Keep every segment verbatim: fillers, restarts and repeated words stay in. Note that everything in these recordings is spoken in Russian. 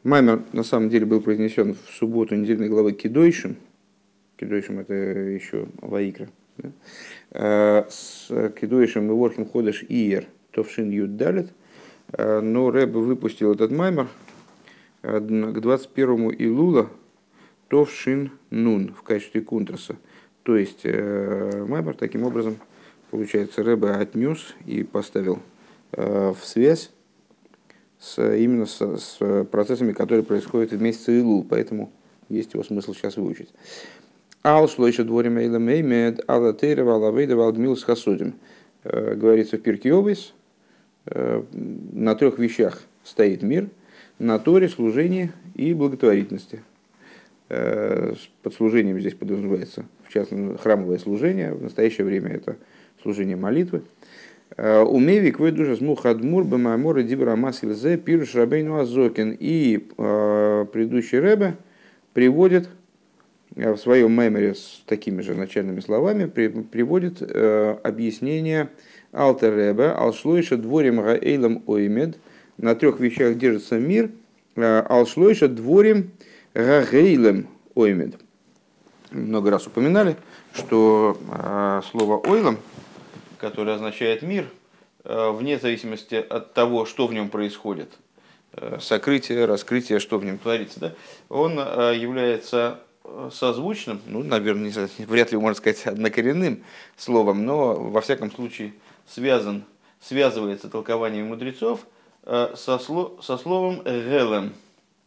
Маймер на самом деле был произнесен в субботу недельной главы Кидойшим. Кидойшим это еще Ваикра. Да? А, с Кидойшим и Ворхим Ходыш Иер Товшин Юд Далит. Но Рэбе выпустил этот маймер к двадцать первому Илула Товшин Нун в качестве кунтраса. То есть маймер таким образом, получается, Рэбе отнес и поставил в связь с, именно с, с процессами, которые происходят в месяце Илул, поэтому есть его смысл сейчас выучить. Ал шло еще дворим эйлам эймед, алла тейрева, алла вейдева, алдмил с хасудим. Говорится в Пирке Овес, на трех вещах стоит мир: на Торе, служении и благотворительности. Под служением здесь подразумевается, в частности, храмовое служение, в настоящее время это служение молитвы. Умеви квой душа смух адмур бамамор и дибра масилзе пируш рабейну азокин. И предыдущий Ребе приводит в своем маймере с такими же начальными словами, приводит объяснение Алтер Ребе алшлойша дворим гаэйлам оймед. На трех вещах держится мир. Алшлойша дворим гаэйлам оймед. Много раз упоминали, что слово ойлам, который означает мир, вне зависимости от того, что в нем происходит, сокрытие, раскрытие, что в нем творится, да, он является созвучным, ну, наверное, вряд ли можно сказать однокоренным словом, но во всяком случае связан, связывается толкованием мудрецов со, сло, со словом «гелем».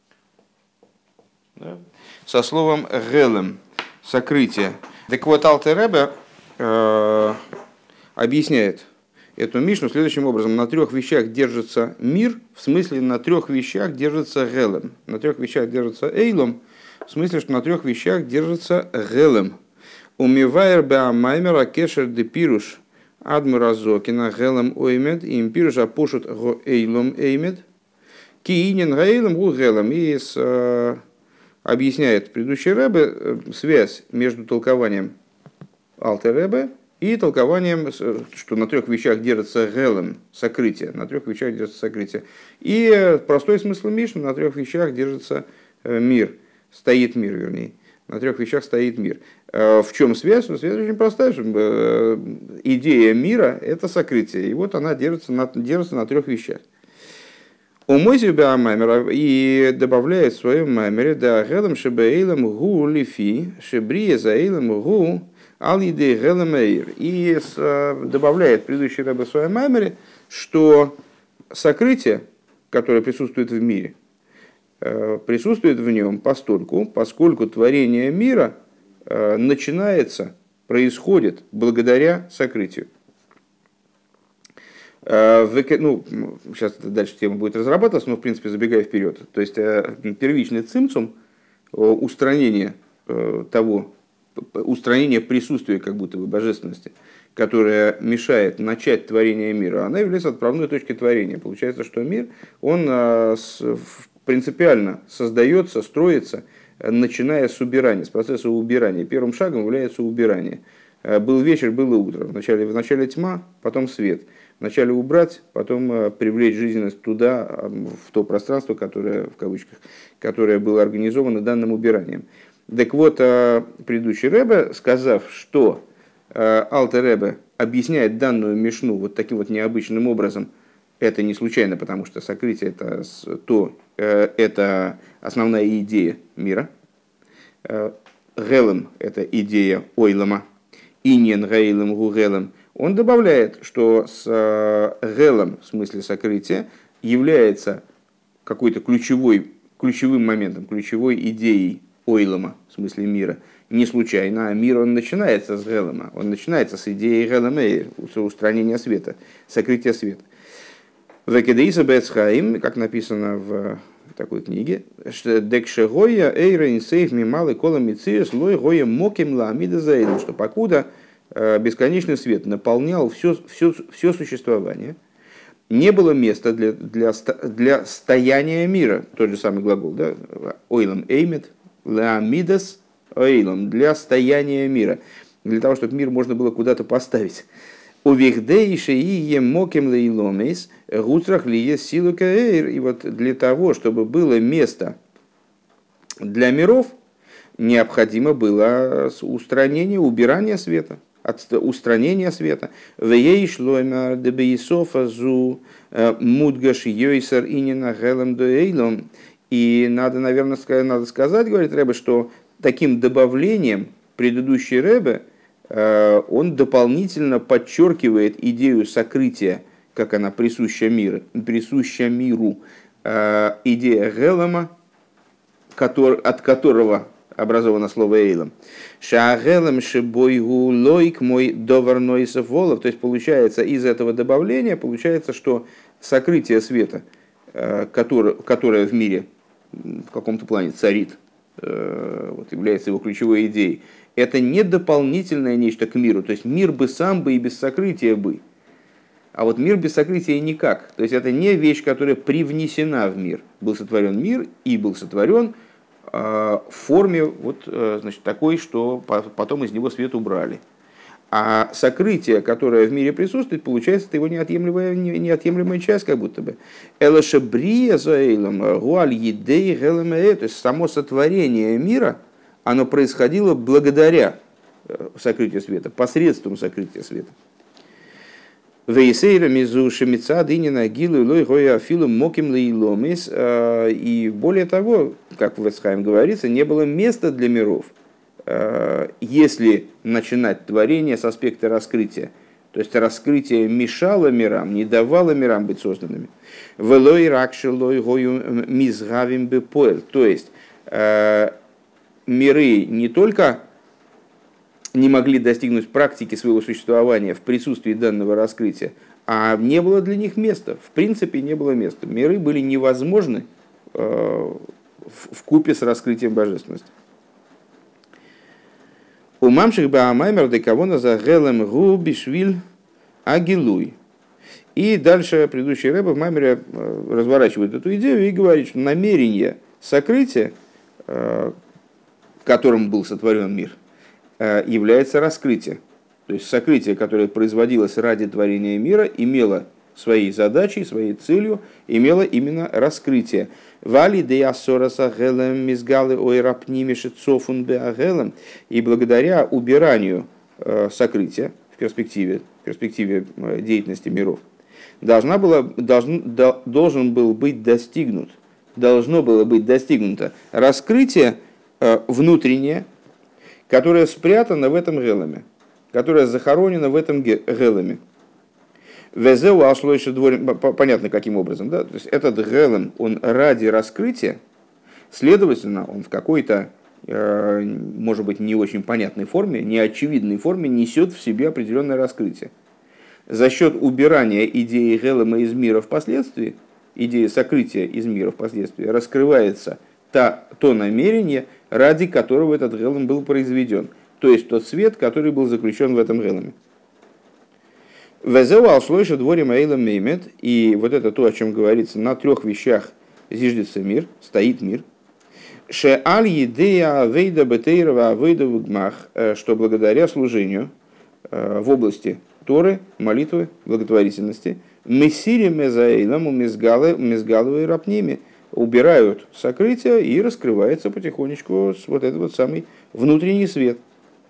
Да? Со словом «гелем», сокрытие. Так вот, Алтер Ребе э, объясняет эту мишну следующим образом. На трех вещах держится мир, в смысле на трех вещах держится гелем. На трех вещах держится эйлом, в смысле, что на трех вещах держится гелем. Умивайр беамаймера кешер де пируш адмуразокина гелем оймед им пируш апушут го эйлом эймед киинин гейлем гу гелем. И с, объясняет предыдущий Ребе связь между толкованием Алтер Ребе и толкованием, что на трех вещах держится гелем, сокрытие, на трех вещах держится сокрытие. И простой смысл Мишны: на трех вещах держится мир, стоит мир, вернее. На трех вещах стоит мир. В чем связь? Ну, связь очень простая. Идея мира – это сокрытие. И вот она держится на, держится на трех вещах. У Мойзи Беамаймера и добавляет в своем маймере: да гелем шебеэйлем гу лифи шебрие заэйлем гу ал-идей гелем эйр. И добавляет предыдущий Ребе в своем маймере, что сокрытие, которое присутствует в мире, присутствует в нем постольку, поскольку творение мира начинается, происходит благодаря сокрытию. Ну, сейчас дальше тема будет разрабатываться, но в принципе забегая вперед. То есть первичный цимцум, устранение того, устранение присутствия как будто бы божественности, которое мешает начать творение мира, она является отправной точкой творения. Получается, что мир, он принципиально создается, строится, начиная с убирания, с процесса убирания. Первым шагом является убирание. Был вечер, было утро. Вначале, вначале тьма, потом свет. Вначале убрать, потом привлечь жизненность туда, в то пространство, которое, в кавычках, которое было организовано данным убиранием. Так вот, предыдущий Ребе, сказав, что Алтер Ребе объясняет данную мишну вот таким вот необычным образом, это не случайно, потому что сокрытие это, то, это основная идея мира. Гелем – это идея ойлама. Иньен гейлем гу гелем. Он добавляет, что с гелем, в смысле сокрытия, является какой-то ключевой, ключевым моментом, ключевой идеей ойлама, в смысле мира. Не случайно, а мир он начинается с гелема. Он начинается с идеи гелемейр, устранения света, сокрытия света. Векедеиса бецхаим, как написано в такой книге, декшегоя эйра инсейф мималы кола мициус лой гоя моким ламида заэйдем, что покуда бесконечный свет наполнял все, все, все существование, не было места для, для, для стояния мира, тот же самый глагол, да, ойлам эймет, ламидас ойлам, для стояния мира, для того, чтобы мир можно было куда-то поставить. У вихдейши и моким лейломис гутрах лие силу каэйр. И вот для того, чтобы было место для миров, необходимо было устранение, убирание света, устранение света. Вей шлойма дебейсофа зу мудгаш йойсер инина гелем дуэйлом. И надо, наверное, сказать, надо сказать, говорит Ребе, что таким добавлением предыдущий Ребе, он дополнительно подчеркивает идею сокрытия, как она присуща миру, присуща миру. Идея Гелема, который, от которого образовано слово Эйлом. Шаагелем шибойгу лойк мой доварнойсов волов. То есть получается из этого добавления, получается, что сокрытие света, которое, которое в мире в каком-то плане царит, вот, является его ключевой идеей, это не дополнительное нечто к миру. То есть мир бы сам бы и без сокрытия бы. А вот мир без сокрытия никак. То есть это не вещь, которая привнесена в мир. Был сотворен мир и был сотворен э, в форме вот, э, значит, такой, что потом из него свет убрали. А сокрытие, которое в мире присутствует, получается, это его неотъемлемая, неотъемлемая часть, как будто бы. Элашабрия заэйлом гуаль едей гелэмэ. То есть само сотворение мира, оно происходило благодаря сокрытию света, посредством сокрытия света. Вейсейра мизу шемица дынина гилу лой гоя афилу моким лейломис. И более того, как в Эцхайм говорится, не было места для миров, если начинать творение с аспекта раскрытия. То есть раскрытие мешало мирам, не давало мирам быть созданными. Велой ракшилой гою мизгавим бепоэль. То есть миры не только не могли достигнуть практики своего существования в присутствии данного раскрытия, а не было для них места. В принципе, не было места. Миры были невозможны э, вкупе с раскрытием божественности. У мамших баамаймер декавона за гелем гу бишвиль агилуй. И дальше предыдущий рэб в маймере разворачивает эту идею и говорит, что намерение сокрытия, э, которым был сотворен мир, является раскрытие. То есть сокрытие, которое производилось ради творения мира, имело своей задачей, своей целью, имело именно раскрытие. Вали деясораса гелем мизгалы ойрапнимеши цофун беагелем. И благодаря убиранию сокрытия в перспективе, в перспективе деятельности миров, должна была, должен, должен был быть достигнут, должно было быть достигнуто раскрытие внутреннее, которое спрятано в этом гелеме, которое захоронено в этом гелеме. Везеу ашлойши дворим, понятно каким образом, да? То есть этот гелем, он ради раскрытия, следовательно, он в какой-то, может быть, не очень понятной форме, неочевидной форме несет в себе определенное раскрытие. За счет убирания идеи гелема из мира впоследствии, идеи сокрытия из мира впоследствии, раскрывается та, то намерение, ради которого этот гелем был произведен. То есть тот свет, который был заключен в этом гелеме. Везеу алшлойша дворим эйлам меймет. И вот это то, о чем говорится, на трех вещах зиждется мир, стоит мир. Ше аль едея авейда бетейрова авейда вгмах. Что благодаря служению в области Торы, молитвы, благотворительности, мессири мезаэйлам мезгаловой рапними, убирают сокрытие и раскрывается потихонечку вот этот вот самый внутренний свет.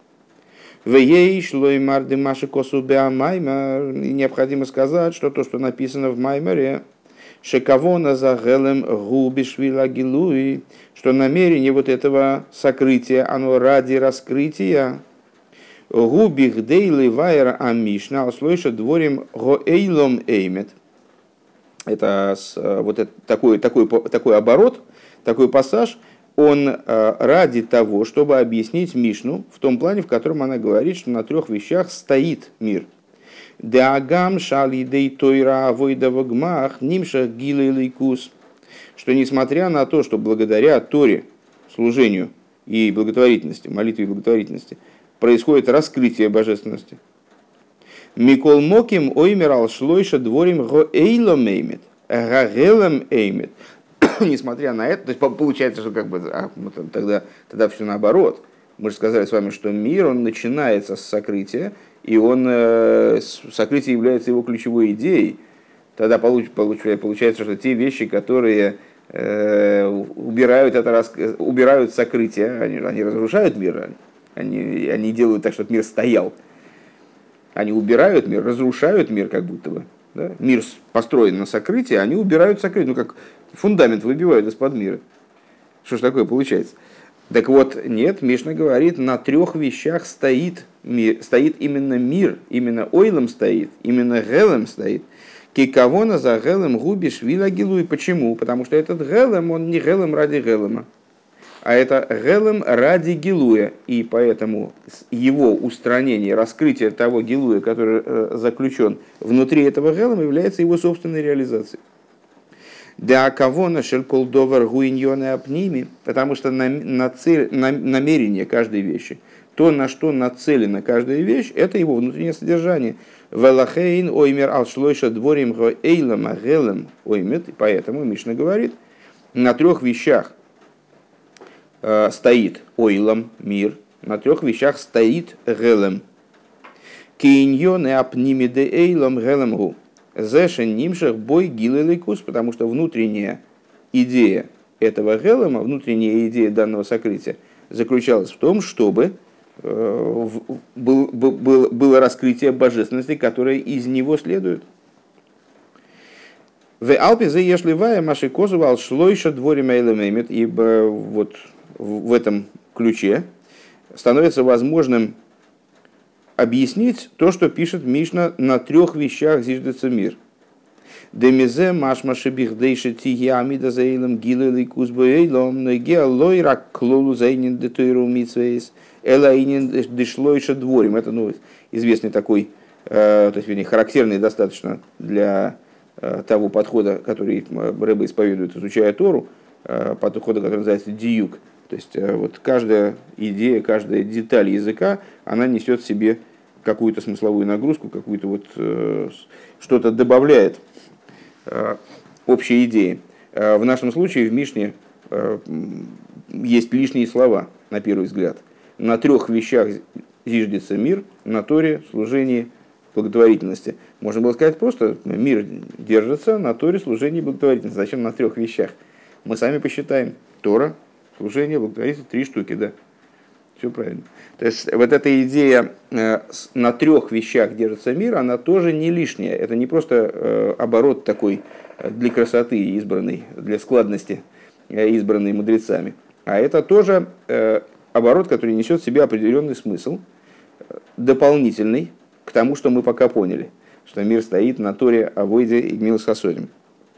Необходимо сказать, что то, что написано в Маймере, шекавона за гелем губишвила гилуи, что намерение вот этого сокрытия, оно ради раскрытия. Губих дейли вайра амишна, услышат дворим гоэйлом эймет. Это вот это, такой, такой, такой оборот, такой пассаж, он ради того, чтобы объяснить Мишну в том плане, в котором она говорит, что на трех вещах стоит мир. Деагам шалидей тойра авойдава гмах нимша гилей лейкус. Что несмотря на то, что благодаря Торе, служению и благотворительности, молитве и благотворительности, происходит раскрытие божественности. Микол моким оймер алшлойша дворим го эйлом эймет, гагелем эймет. Несмотря на это, то есть получается, что как бы а, тогда, тогда все наоборот. Мы же сказали с вами, что мир, он начинается с сокрытия и он, э, сокрытие является его ключевой идеей, тогда получ, получ, получается, что те вещи, которые э, убирают, это, убирают сокрытие, они, они разрушают мир, они, они делают так, чтобы мир стоял. Они убирают мир, разрушают мир как будто бы. Да? Мир построен на сокрытии, они убирают сокрытие, ну как фундамент выбивают из-под мира. Что ж такое получается? Так вот, нет, Мишна говорит, на трех вещах стоит мир, стоит именно мир, именно ойлом стоит, именно гелем стоит. Кикавона за гелем губиш вила гилуй. Почему? Потому что этот гелем, он не гелем ради гелема, а это гелем ради гилуя. И поэтому его устранение, раскрытие того гилуя, который заключен внутри этого гелема, является его собственной реализацией. Да кавона шелкол довар гуиньоне апними, потому что на, на цель, на, намерение каждой вещи, то, на что нацелена каждая вещь, это его внутреннее содержание. Велахейн оймер алшлойша дворим го эйлам агелем оймет, и поэтому Мишна говорит, на трех вещах э, стоит ойлам, мир, на трех вещах стоит гелем. Кейньоне апними де эйлам гелем гу. Зэшен нимшах бой гилеликус, потому что внутренняя идея этого гелема, внутренняя идея данного сокрытия заключалась в том, чтобы э, был, был, было раскрытие божественности, которое из него следует. В Алпе заешливая маши козувал шлойша дворим элемемет, ибо вот в этом ключе становится возможным объяснить то, что пишет Мишна на трех вещах зиждется мир. Демизе машмаши бихдейши тия амида заилам гилели кузбоейлом ноге лойра клолу заинин детойру митсвейс элаинин дешлойша дворим. Это ну, известный такой, э, то есть, вернее, характерный достаточно для э, того подхода, который Рэбе исповедует, изучая Тору, э, подхода, который называется диюк. То есть вот каждая идея, каждая деталь языка, она несет в себе какую-то смысловую нагрузку, какую-то вот э, что-то добавляет э, общей идеи. Э, в нашем случае в Мишне э, есть лишние слова, на первый взгляд. На трех вещах зиждется мир, на Торе, служении, благотворительности. Можно было сказать просто, мир держится на Торе, служении, благотворительности. Зачем на трех вещах? Мы сами посчитаем. Тора, служение, благотворительность, три штуки, да. Все правильно. То есть вот эта идея э, на трех вещах держится мир, она тоже не лишняя. Это не просто э, оборот такой для красоты избранный, для складности э, избранный мудрецами, а это тоже э, оборот, который несет в себе определенный смысл, э, дополнительный к тому, что мы пока поняли, что мир стоит на Торе, Авойде и Гмилас Хасодим.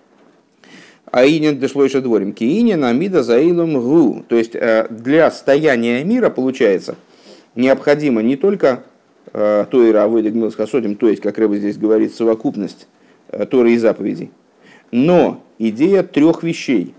Аинин дешлойша дворим. Киинин амида заилом гу. То есть для стояния мира, получается, необходимо не только Тойра Авойда Гмилас Хасодим, то есть, как Рэбе здесь говорит, совокупность Торы и заповедей, но идея трех вещей.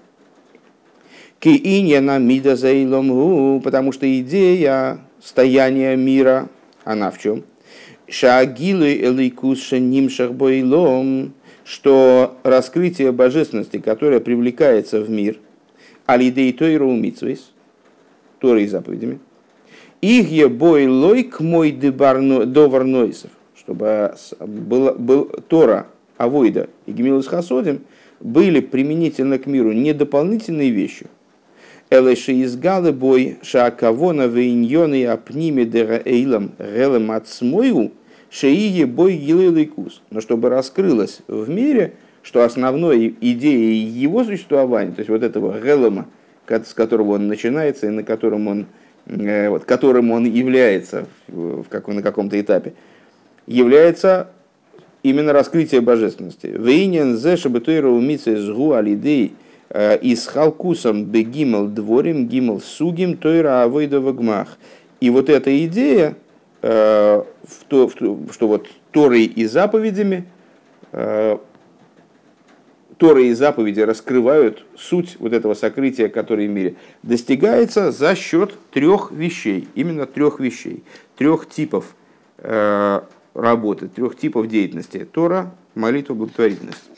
Киинин амида заилом гу, потому что идея стояния мира, она в чем? Шаагилы элейкус шенимшах бойлом, что раскрытие божественности, которое привлекается в мир, алидей тойру митсвейс, Торой и заповедями, их е бой лойк мой доварнойсов, чтобы был, был Тора, Авойда и Гмилас Хасодим были применительно к миру не дополнительной вещью. Элэши из галы бой шаакавона вейньоны апниме дера эйлам гелем ацмою, шеие бой гилелейкус, но чтобы раскрылось в мире, что основной идеей его существования, то есть вот этого гелема, с которого он начинается и на котором он, вот, которым он является в, как, на каком-то этапе, является именно раскрытие божественности. Вейнен зе шабетойра умица сгу алидей и с халкусом бегимал дворим гимал сугим тойра авойдова гмах. И вот эта идея, в то, в то, что вот Торой и заповедями, Торой и заповеди раскрывают суть вот этого сокрытия, которое в мире достигается за счет трех вещей, именно трех вещей, трех типов э, работы, трех типов деятельности: Тора, молитва, благотворительность.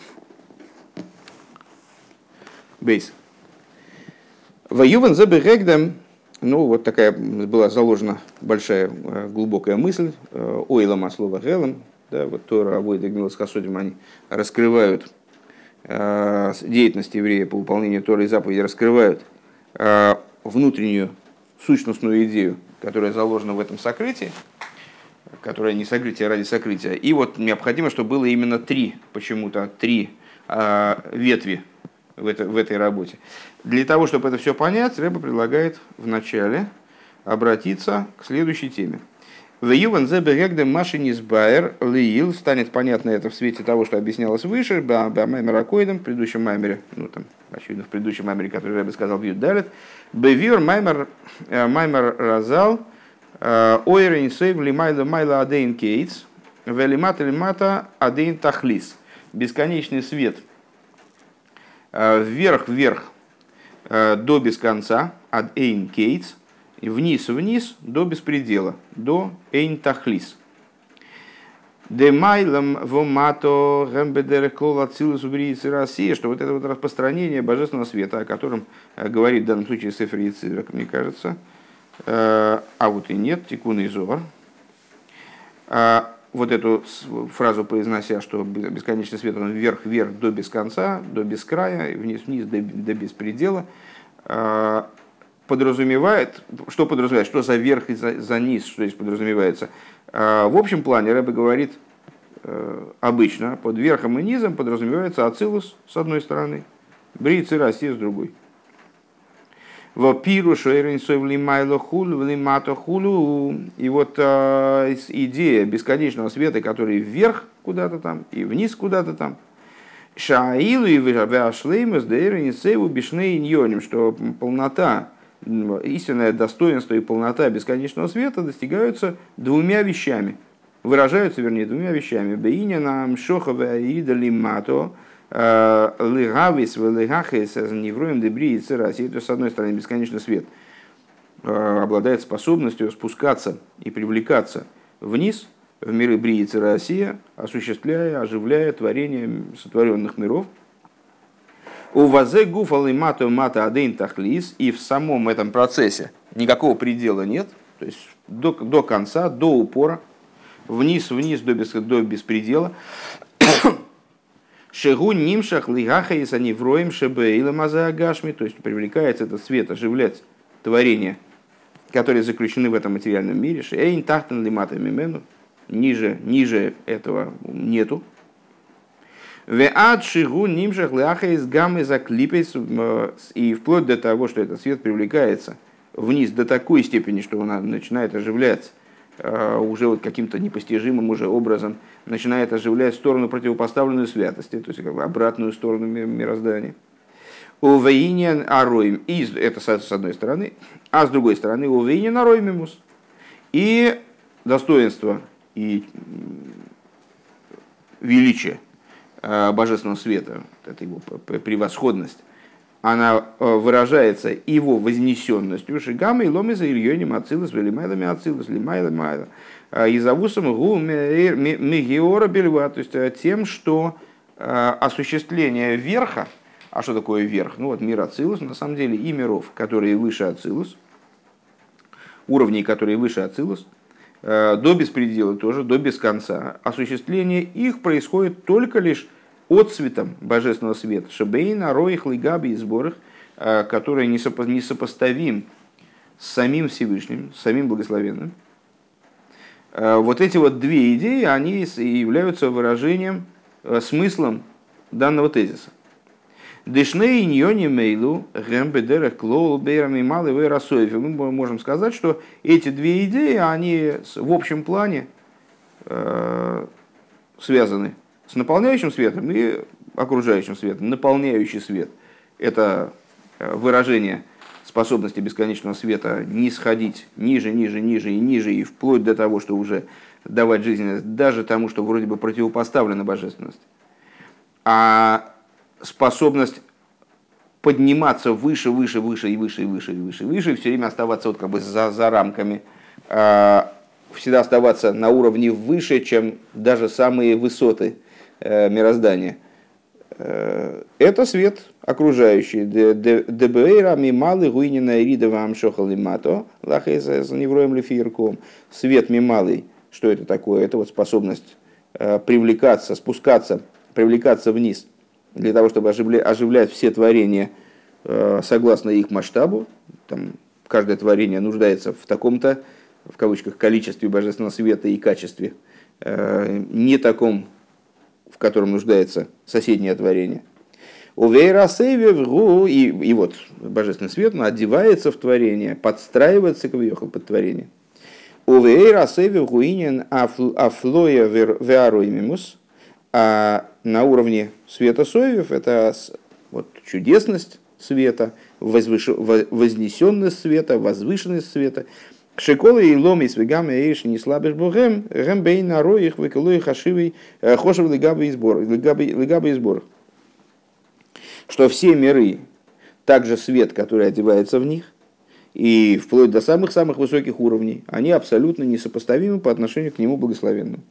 Бейс. Воюван за бегегдем Ну, вот такая была заложена большая глубокая мысль. Ойлам, а слово Гелам, да, вот Тора, Авойда, Гмилас, Хасодим, они раскрывают деятельность еврея по выполнению Торы и заповеди, раскрывают внутреннюю сущностную идею, которая заложена в этом сокрытии, которая не сокрытие ради сокрытия. И вот необходимо, чтобы было именно три, почему-то три э, ветви в, это, в этой работе. Для того, чтобы это все понять, Ребе предлагает вначале обратиться к следующей теме. В Юван Зеберегдем Машинис Байер Лиил станет понятно это в свете того, что объяснялось выше, Бамаймер Акоидом, в предыдущем маймере, ну там, очевидно, в предыдущем маймере, который Ребе сказал в Юдалет, Бевир Маймер Маймер Разал, Ойрен Сейв Лимайла Майла Адейн Кейтс, Велимата Лимата Адейн Тахлис. Бесконечный свет вверх-вверх до без конца, Адейн Кейтс, и вниз-вниз до беспредела, до Эйн Тахлис. Демайлам вомато гэмбедерекол ацилус уберийцы России, что вот это вот распространение божественного света, о котором говорит в данном случае Сефер Йецирак, мне кажется, а вот и нет, Тикун и Зоар. Вот эту фразу произнося, что бесконечный свет, он вверх-вверх до без конца, до без края, вниз-вниз до, до беспредела, подразумевает, что подразумевает, что за верх и за, за низ, что здесь подразумевается. В общем плане Ребе говорит, обычно под верхом и низом подразумевается ацилус с одной стороны, бриицы Россия с другой. И вот идея бесконечного света, который вверх куда-то там и вниз куда-то там, что полнота, истинное достоинство и полнота бесконечного света достигаются двумя вещами, выражаются, вернее, двумя вещами. Бейнянам шохава ида лимато лигавис велигахес невроем дебри и цераси. То есть, с одной стороны, бесконечный свет обладает способностью спускаться и привлекаться вниз в миры брии и цераси, осуществляя, оживляя творение сотворенных миров. У вазе гуфалы мато мата адейн тахлис, и в самом этом процессе никакого предела нет, то есть до, до конца, до упора, вниз-вниз до, без, до беспредела. Шегу нимшах лигахаис они вроем шебе или мазаагашми, то есть привлекается этот свет оживлять творения, которые заключены в этом материальном мире. Шейн тахтен лимата мимену, ниже, ниже этого нету. И вплоть до того, что этот свет привлекается вниз до такой степени, что он начинает оживлять уже вот каким-то непостижимым уже образом, начинает оживлять сторону противопоставленную святости, то есть как бы обратную сторону мироздания. Увейнен ароим, и это с одной стороны, а с другой стороны увейнен ароимимус, и достоинство и величие божественного света, это его превосходность, она выражается его вознесенностью, шигамой ломиза ильоним ацилус велимайлами ацилус лимайлами изавусом гу мегиора бельва, то есть тем, что осуществление верха, а что такое верх? Ну вот мир ацилус, на самом деле и миров, которые выше ацилус, уровней, которые выше ацилус, до беспредела тоже, до без конца. Осуществление их происходит только лишь отцветом божественного света, шебейна, роих, лигаби и сборах, который несопоставим с самим Всевышним, с самим Благословенным. Вот эти вот две идеи, они являются выражением, смыслом данного тезиса. Дышней ньони мейлу гэмбедерах клоу бейрами малый вейрасоев. Мы можем сказать, что эти две идеи, они в общем плане э, связаны с наполняющим светом и окружающим светом. Наполняющий свет – это выражение способности бесконечного света не сходить ниже, ниже, ниже и ниже, и вплоть до того, что уже давать жизненность даже тому, что вроде бы противопоставлено божественности. А способность подниматься выше, выше, выше и выше, и выше, и выше, и выше, и все время оставаться вот как бы за, за рамками, э, всегда оставаться на уровне выше, чем даже самые высоты э, мироздания. Э, это свет окружающие. Дебейра мималы гуинина иридова амшохал имато лахейса за невроем лефирком. Свет мималый, что это такое? Это вот способность привлекаться, спускаться, привлекаться вниз для того, чтобы оживлять все творения согласно их масштабу. Там каждое творение нуждается в таком-то, в кавычках, количестве божественного света и качестве, не таком, в котором нуждается соседнее творение. И, и вот божественный свет, он одевается в творение, подстраивается к вьехал под творение. А на уровне света соевев это вот, чудесность света, возвыш... вознесенность света, возвышенность света. Шеколы и ломи с вегами эйши не слабишь богем, гэмбей на роих выколуй хашивый хошев легабы и сбор, легабы и сбор. Что все миры, также свет, который одевается в них, и вплоть до самых-самых высоких уровней, они абсолютно несопоставимы по отношению к нему благословенному.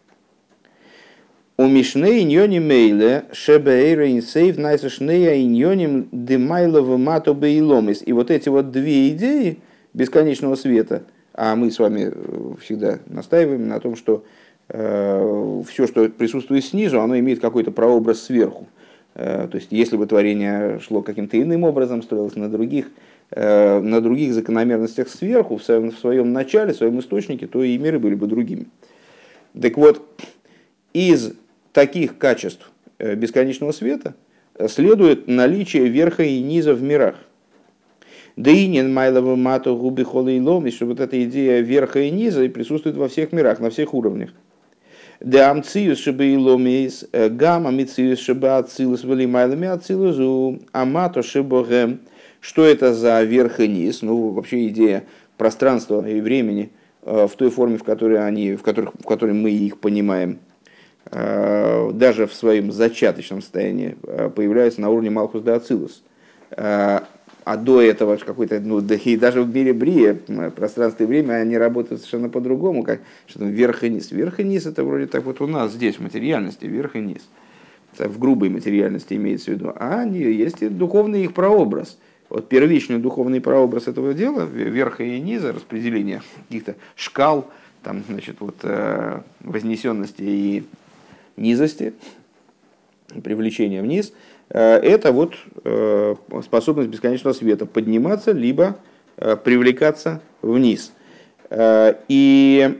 У Мишней иньони мейле шебейра инсейв найсашнея иньоним демайлова мато бейломис. И вот эти вот две идеи бесконечного света, а мы с вами всегда настаиваем на том, что э, все, что присутствует снизу, оно имеет какой-то прообраз сверху. Э, то есть, если бы творение шло каким-то иным образом, строилось на других, э, на других закономерностях сверху, в своем, в своем начале, в своем источнике, то и миры были бы другими. Так вот, из таких качеств бесконечного света следует наличие верха и низа в мирах. Даинин майлова мату губи холы и ломис, что вот эта идея верха и низа присутствует во всех мирах, на всех уровнях. Да амциус шибы и ломис, гамма мициус шибы ацилус вали майлами ацилузу, амато шибогем. Что это за верх и низ? Ну, вообще идея пространства и времени в той форме, в которой они, в которых, в которой мы их понимаем, даже в своем зачаточном состоянии появляется на уровне Малхус да Ацилус. А до этого какой-то, ну, да и даже в мире Брия, пространство и время, они работают совершенно по-другому, как что там верх и низ. Верх и низ это вроде так вот у нас здесь, в материальности, верх и низ. В грубой материальности имеется в виду. А они, есть и духовный их прообраз. Вот первичный духовный прообраз этого дела, верха и низа, распределение каких-то шкал, там, значит, вот, вознесенности и низости, привлечение вниз, это вот способность бесконечного света подниматься, либо привлекаться вниз. И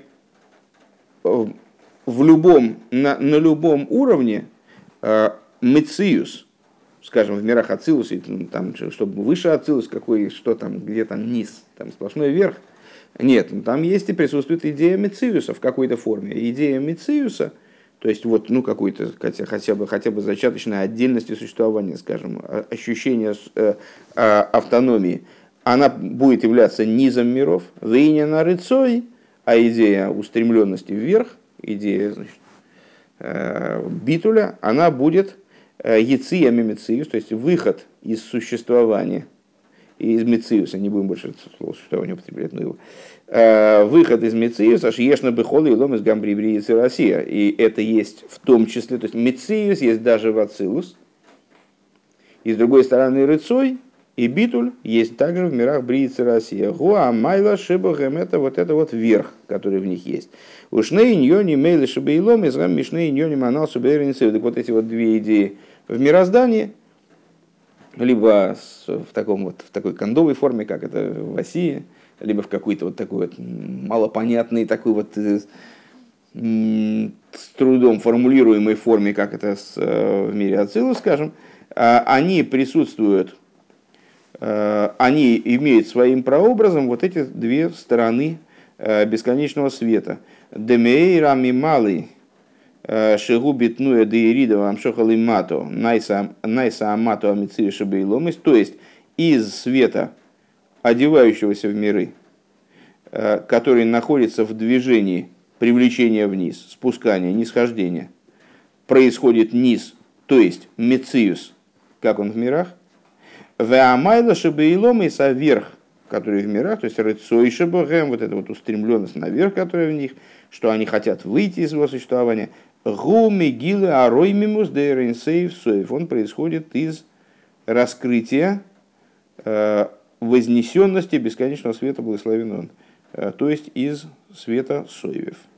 в любом, на, на любом уровне мециус, скажем, в мирах Ацилус, там, чтобы выше Ацилус, какой, что там, где там низ, там сплошной верх, нет, там есть и присутствует идея мециуса в какой-то форме. Идея мециуса, то есть вот, ну, какой-то хотя, хотя, бы, хотя бы зачаточной отдельности существования, скажем, ощущение э, э, автономии, она будет являться низом миров, вейнина рыцой, а идея устремленности вверх, идея, значит, э, битуля, она будет яциями мециус, то есть выход из существования, из мециуса, не будем больше слово существования употреблять, но его, выход из мециуса, аж ешна бехола и лом из гамбрибри и Россия. И это есть в том числе, то есть мециус есть даже в ацилус, и с другой стороны рыцой и битуль есть также в мирах бриицы Россия. Гуа майла шибахем, это вот это вот верх, который в них есть. Ушней ньони мейлы шибейлом из гам мишней ньони манал шибейринцев. Так вот эти вот две идеи в мироздании, либо в, таком вот, в такой кондовой форме, как это в России, либо в какой-то вот такой вот малопонятной, такой вот с трудом формулируемой форме, как это в мире Ацилус, скажем, они присутствуют, они имеют своим прообразом вот эти две стороны бесконечного света. Демейра мималый шегубит нуя деиридова амшохалы мато найса амато амици шабейломис, то есть из света, одевающегося в миры, который находится в движении привлечения вниз, спускания, нисхождения, происходит низ, то есть мециус, как он в мирах, веамайла шабейломис, а верх, который в мирах, то есть рыцой шабогем, вот эта вот устремленность наверх, которая в них, что они хотят выйти из его существования, гу мегилы арой мимус дейринсейв соев, он происходит из раскрытие вознесенности бесконечного света, благословен он, то есть из света Соевев.